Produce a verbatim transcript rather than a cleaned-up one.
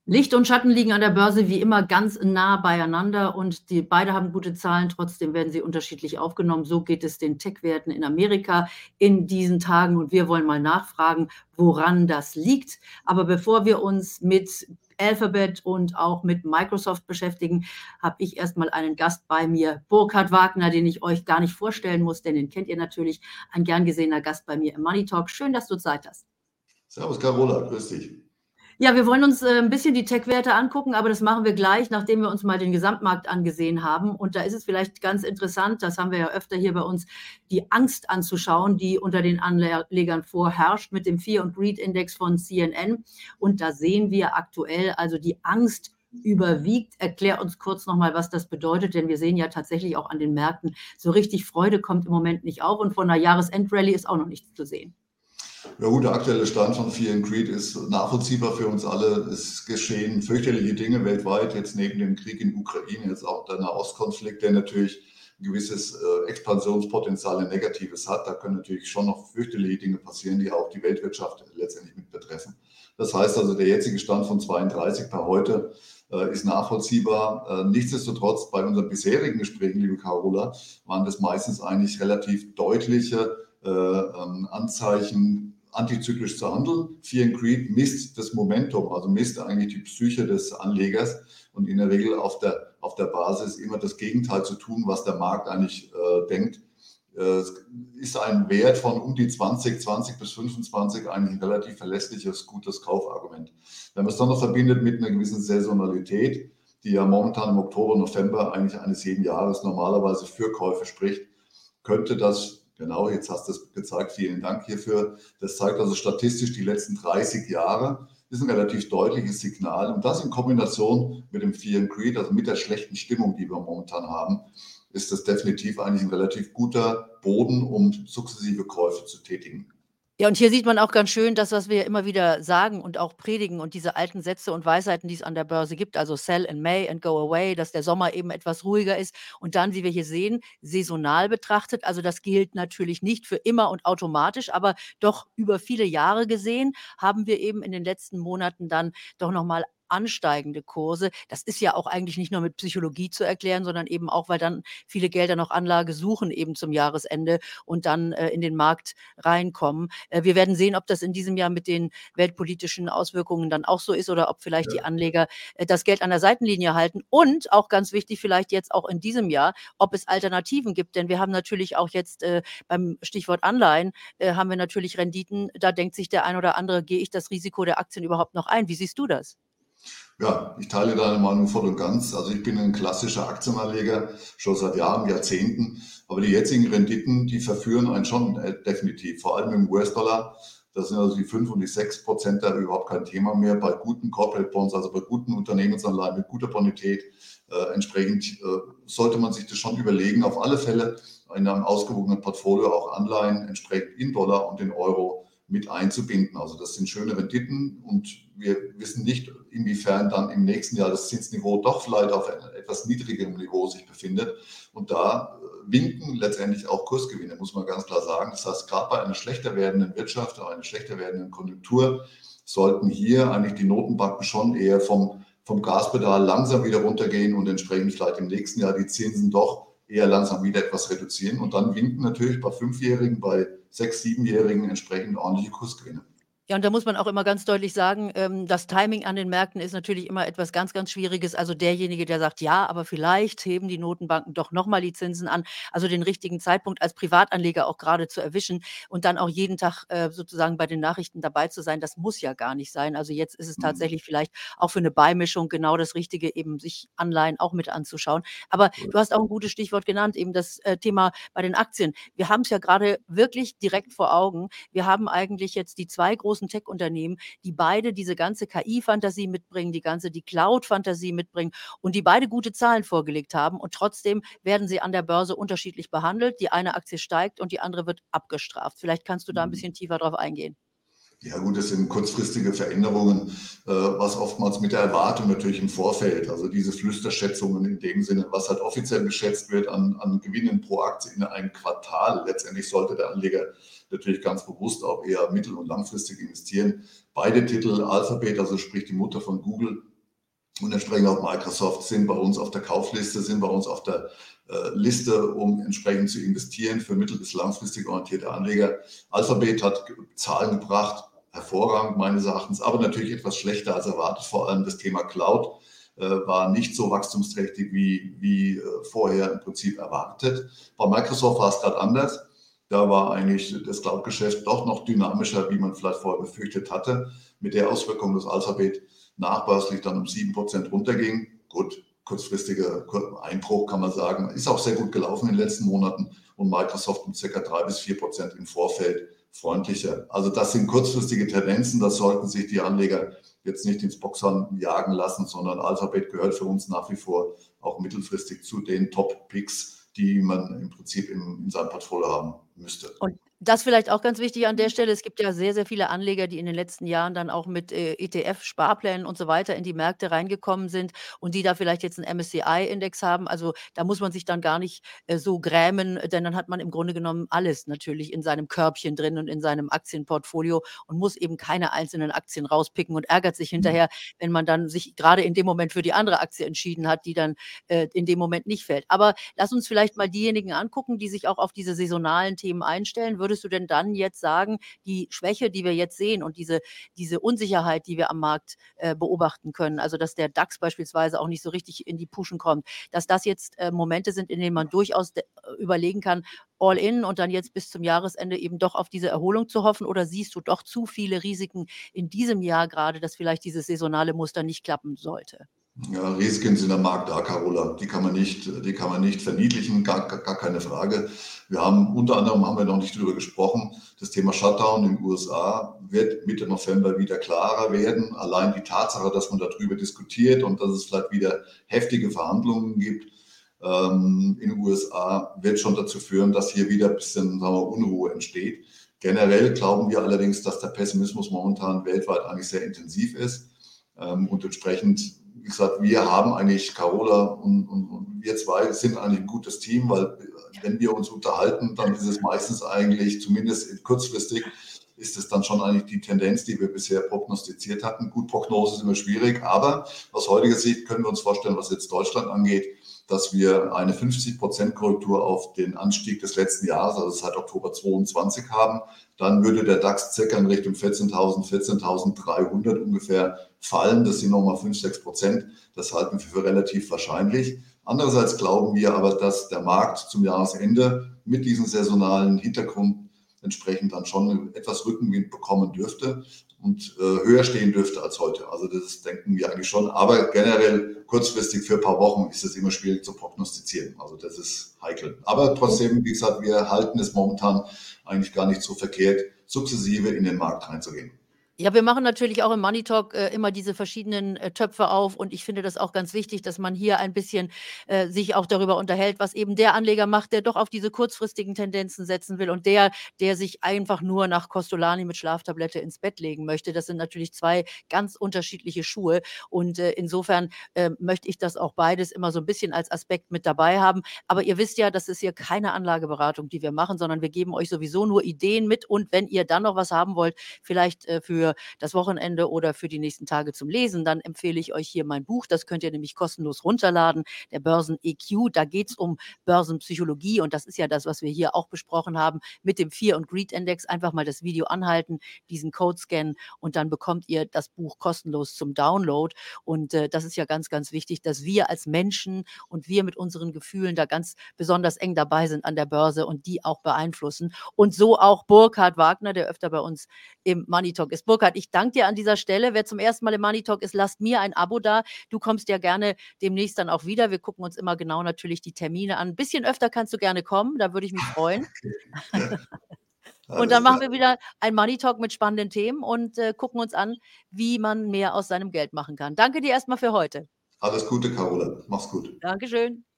Licht und Schatten liegen an der Börse wie immer ganz nah beieinander und die beide haben gute Zahlen, trotzdem werden sie unterschiedlich aufgenommen. So geht es den Tech-Werten in Amerika in diesen Tagen und wir wollen mal nachfragen, woran das liegt. Aber bevor wir uns mit Alphabet und auch mit Microsoft beschäftigen, habe ich erst mal einen Gast bei mir, Burkhard Wagner, den ich euch gar nicht vorstellen muss, denn den kennt ihr natürlich, ein gern gesehener Gast bei mir im Money Talk. Schön, dass du Zeit hast. Servus Carola, grüß dich. Ja, wir wollen uns äh, ein bisschen die Tech-Werte angucken, aber das machen wir gleich, nachdem wir uns mal den Gesamtmarkt angesehen haben. Und da ist es vielleicht ganz interessant, das haben wir ja öfter hier bei uns, die Angst anzuschauen, die unter den Anlegern vorherrscht mit dem Fear and Greed Index von C N N. Und da sehen wir aktuell also die Angst überwiegt. Erklär uns kurz nochmal, was das bedeutet, denn wir sehen ja tatsächlich auch an den Märkten, so richtig Freude kommt im Moment nicht auf und von einer Jahresendrallye ist auch noch nichts zu sehen. Ja gut, der aktuelle Stand von Fear and Greed ist nachvollziehbar für uns alle. Es geschehen fürchterliche Dinge weltweit, jetzt neben dem Krieg in Ukraine, jetzt auch der Nahostkonflikt, der natürlich ein gewisses äh, Expansionspotenzial, ein negatives hat. Da können natürlich schon noch fürchterliche Dinge passieren, die auch die Weltwirtschaft letztendlich mit betreffen. Das heißt also, der jetzige Stand von zweiunddreißig per heute äh, ist nachvollziehbar. Äh, nichtsdestotrotz, bei unseren bisherigen Gesprächen, liebe Carola, waren das meistens eigentlich relativ deutliche äh, ähm, Anzeichen, antizyklisch zu handeln. Fear and Greed misst das Momentum, also misst eigentlich die Psyche des Anlegers und in der Regel auf der, auf der Basis immer das Gegenteil zu tun, was der Markt eigentlich äh, denkt. Es ist ein Wert von um die zwanzig, zwanzig bis fünfundzwanzig eigentlich ein relativ verlässliches, gutes Kaufargument. Wenn man es dann noch verbindet mit einer gewissen Saisonalität, die ja momentan im Oktober, November eigentlich eines jeden Jahres normalerweise für Käufe spricht, könnte das, genau, jetzt hast du es gezeigt, vielen Dank hierfür, das zeigt also statistisch die letzten dreißig Jahre, ist ein relativ deutliches Signal und das in Kombination mit dem Fear and Greed, also mit der schlechten Stimmung, die wir momentan haben, ist das definitiv eigentlich ein relativ guter Boden, um sukzessive Käufe zu tätigen. Ja, und hier sieht man auch ganz schön das, was wir immer wieder sagen und auch predigen und diese alten Sätze und Weisheiten, die es an der Börse gibt, also sell in May and go away, dass der Sommer eben etwas ruhiger ist. Und dann, wie wir hier sehen, saisonal betrachtet, also das gilt natürlich nicht für immer und automatisch, aber doch über viele Jahre gesehen, haben wir eben in den letzten Monaten dann doch noch mal ansteigende Kurse. Das ist ja auch eigentlich nicht nur mit Psychologie zu erklären, sondern eben auch, weil dann viele Gelder noch Anlage suchen eben zum Jahresende und dann äh, in den Markt reinkommen. Äh, wir werden sehen, ob das in diesem Jahr mit den weltpolitischen Auswirkungen dann auch so ist oder ob vielleicht Ja. die Anleger äh, das Geld an der Seitenlinie halten. Und auch ganz wichtig, vielleicht jetzt auch in diesem Jahr, ob es Alternativen gibt. Denn wir haben natürlich auch jetzt äh, beim Stichwort Anleihen, äh, haben wir natürlich Renditen. Da denkt sich der ein oder andere, gehe ich das Risiko der Aktien überhaupt noch ein? Wie siehst du das? Ja, ich teile deine Meinung voll und ganz. Also ich bin ein klassischer Aktienanleger, schon seit Jahren, Jahrzehnten. Aber die jetzigen Renditen, die verführen einen schon äh, definitiv, vor allem im U S-Dollar. Das sind also die fünf und die sechs Prozent da überhaupt kein Thema mehr. Bei guten Corporate Bonds, also bei guten Unternehmensanleihen mit guter Bonität, äh, entsprechend äh, sollte man sich das schon überlegen. Auf alle Fälle in einem ausgewogenen Portfolio auch Anleihen entsprechend in Dollar und in Euro mit einzubinden. Also das sind schöne Renditen und wir wissen nicht, inwiefern dann im nächsten Jahr das Zinsniveau doch vielleicht auf einem etwas niedrigerem Niveau sich befindet. Und da winken letztendlich auch Kursgewinne, muss man ganz klar sagen. Das heißt, gerade bei einer schlechter werdenden Wirtschaft, einer schlechter werdenden Konjunktur sollten hier eigentlich die Notenbanken schon eher vom, vom Gaspedal langsam wieder runtergehen und entsprechend vielleicht im nächsten Jahr die Zinsen doch eher langsam wieder etwas reduzieren. Und dann winken natürlich bei Fünfjährigen, bei Sechs-, Siebenjährigen entsprechend ordentliche Kursgewinne. Ja, und da muss man auch immer ganz deutlich sagen, ähm, das Timing an den Märkten ist natürlich immer etwas ganz, ganz Schwieriges. Also derjenige, der sagt: „Ja, aber vielleicht heben die Notenbanken doch noch mal die Zinsen an." Also den richtigen Zeitpunkt als Privatanleger auch gerade zu erwischen und dann auch jeden Tag, äh, sozusagen bei den Nachrichten dabei zu sein, das muss ja gar nicht sein. Also jetzt ist es tatsächlich vielleicht auch für eine Beimischung genau das Richtige, eben sich Anleihen auch mit anzuschauen. Aber du hast auch ein gutes Stichwort genannt, eben das, äh, Thema bei den Aktien. Wir haben es ja gerade wirklich direkt vor Augen. Wir haben eigentlich jetzt die zwei großen Tech-Unternehmen, die beide diese ganze K I-Fantasie mitbringen, die ganze die Cloud-Fantasie mitbringen und die beide gute Zahlen vorgelegt haben und trotzdem werden sie an der Börse unterschiedlich behandelt. Die eine Aktie steigt und die andere wird abgestraft. Vielleicht kannst du da ein bisschen tiefer drauf eingehen. Ja gut, das sind kurzfristige Veränderungen, äh, was oftmals mit der Erwartung natürlich im Vorfeld, also diese Flüsterschätzungen in dem Sinne, was halt offiziell geschätzt wird an, an Gewinnen pro Aktie in einem Quartal. Letztendlich sollte der Anleger natürlich ganz bewusst auch eher mittel- und langfristig investieren. Beide Titel, Alphabet, also sprich die Mutter von Google, und entsprechend auch Microsoft sind bei uns auf der Kaufliste, sind bei uns auf der äh, Liste, um entsprechend zu investieren für mittel- bis langfristig orientierte Anleger. Alphabet hat Zahlen gebracht, hervorragend meines Erachtens, aber natürlich etwas schlechter als erwartet. Vor allem das Thema Cloud äh, war nicht so wachstumsträchtig wie, wie äh, vorher im Prinzip erwartet. Bei Microsoft war es gerade anders. Da war eigentlich das Cloud-Geschäft doch noch dynamischer, wie man vielleicht vorher befürchtet hatte, mit der Auswirkung, dass Alphabet nachbörslich dann um sieben Prozent runterging. Gut, kurzfristiger Einbruch kann man sagen. Ist auch sehr gut gelaufen in den letzten Monaten und Microsoft um ca. drei bis vier Prozent im Vorfeld freundlicher. Also das sind kurzfristige Tendenzen, das sollten sich die Anleger jetzt nicht ins Boxhorn jagen lassen, sondern Alphabet gehört für uns nach wie vor auch mittelfristig zu den Top-Picks, die man im Prinzip in, in seinem Portfolio haben müsste. Und das vielleicht auch ganz wichtig an der Stelle, es gibt ja sehr, sehr viele Anleger, die in den letzten Jahren dann auch mit, äh, E T F-Sparplänen und so weiter in die Märkte reingekommen sind und die da vielleicht jetzt 'n M S C I-Index haben. Also, da muss man sich dann gar nicht, äh, so grämen, denn dann hat man im Grunde genommen alles natürlich in seinem Körbchen drin und in seinem Aktienportfolio und muss eben keine einzelnen Aktien rauspicken und ärgert sich hinterher, wenn man dann sich grade in dem Moment für die andere Aktie entschieden hat, die dann, äh, in dem Moment nicht fällt. Aber lass uns vielleicht mal diejenigen angucken, die sich auch auf diese saisonalen Themen einstellen. Würdest du denn dann jetzt sagen, die Schwäche, die wir jetzt sehen und diese diese Unsicherheit, die wir am Markt, äh, beobachten können, also, dass der DAX beispielsweise auch nicht so richtig in die Puschen kommt, dass das jetzt, äh, Momente sind, in denen man durchaus de äh, überlegen kann, all in und dann jetzt bis zum Jahresende eben doch auf diese Erholung zu hoffen? Oder siehst du doch zu viele Risiken in diesem Jahr grade, dass vielleicht dieses saisonale Muster nicht klappen sollte? Ja, Risiken sind am Markt da, Carola. Die kann man nicht, die kann man nicht verniedlichen, gar, gar, gar keine Frage. Wir haben unter anderem, haben wir noch nicht drüber gesprochen, das Thema Shutdown in den U S A wird Mitte November wieder klarer werden. Allein die Tatsache, dass man darüber diskutiert und dass es vielleicht wieder heftige Verhandlungen gibt ähm, in den U S A, wird schon dazu führen, dass hier wieder ein bisschen, sagen wir, Unruhe entsteht. Generell glauben wir allerdings, dass der Pessimismus momentan weltweit eigentlich sehr intensiv ist. Ähm, und entsprechend, wie gesagt, wir haben eigentlich, Carola und, und, und wir zwei sind eigentlich ein gutes Team, weil wenn wir uns unterhalten, dann ist es meistens eigentlich, zumindest kurzfristig, ist es dann schon eigentlich die Tendenz, die wir bisher prognostiziert hatten. Gut, Prognose ist immer schwierig, aber aus heutiger Sicht können wir uns vorstellen, was jetzt Deutschland angeht, dass wir eine fünfzig Prozent Korrektur auf den Anstieg des letzten Jahres, also seit Oktober zweiundzwanzig haben. Dann würde der DAX circa in Richtung vierzehntausend, vierzehntausenddreihundert ungefähr fallen. Das sind nochmal fünf, sechs Prozent. Das halten wir für relativ wahrscheinlich. Andererseits glauben wir aber, dass der Markt zum Jahresende mit diesem saisonalen Hintergrund entsprechend dann schon etwas Rückenwind bekommen dürfte und äh, höher stehen dürfte als heute. Also das denken wir eigentlich schon. Aber generell kurzfristig für ein paar Wochen ist es immer schwierig zu prognostizieren. Also das ist heikel. Aber trotzdem, wie gesagt, wir halten es momentan eigentlich gar nicht so verkehrt, sukzessive in den Markt reinzugehen. Ja, wir machen natürlich auch im Money Talk, äh, immer diese verschiedenen, äh, Töpfe auf und ich finde das auch ganz wichtig, dass man hier ein bisschen, äh, sich auch darüber unterhält, was eben der Anleger macht, der doch auf diese kurzfristigen Tendenzen setzen will und der, der sich einfach nur nach Costolani mit Schlaftablette ins Bett legen möchte. Das sind natürlich zwei ganz unterschiedliche Schuhe und, äh, insofern, äh, möchte ich das auch beides immer so ein bisschen als Aspekt mit dabei haben. Aber ihr wisst ja, das ist hier keine Anlageberatung, die wir machen, sondern wir geben euch sowieso nur Ideen mit und wenn ihr dann noch was haben wollt, vielleicht, äh, für das Wochenende oder für die nächsten Tage zum Lesen, dann empfehle ich euch hier mein Buch. Das könnt ihr nämlich kostenlos runterladen, der Börsen-E Q. Da geht's um Börsenpsychologie und das ist ja das, was wir hier auch besprochen haben mit dem Fear und Greed Index. Einfach mal das Video anhalten, diesen Code scannen und dann bekommt ihr das Buch kostenlos zum Download. Und äh, das ist ja ganz, ganz wichtig, dass wir als Menschen und wir mit unseren Gefühlen da ganz besonders eng dabei sind an der Börse und die auch beeinflussen. Und so auch Burkhard Wagner, der öfter bei uns im Money Talk ist. Burkhard, ich danke dir an dieser Stelle. Wer zum ersten Mal im Money Talk ist, lasst mir ein Abo da. Du kommst ja gerne demnächst dann auch wieder. Wir gucken uns immer genau natürlich die Termine an. Ein bisschen öfter kannst du gerne kommen, da würde ich mich freuen. Und dann Alles machen klar. wir wieder ein Money Talk mit spannenden Themen und, äh, gucken uns an, wie man mehr aus seinem Geld machen kann. Danke dir erst mal für heute. Alles Gute, Carola. Mach's gut. Dankeschön.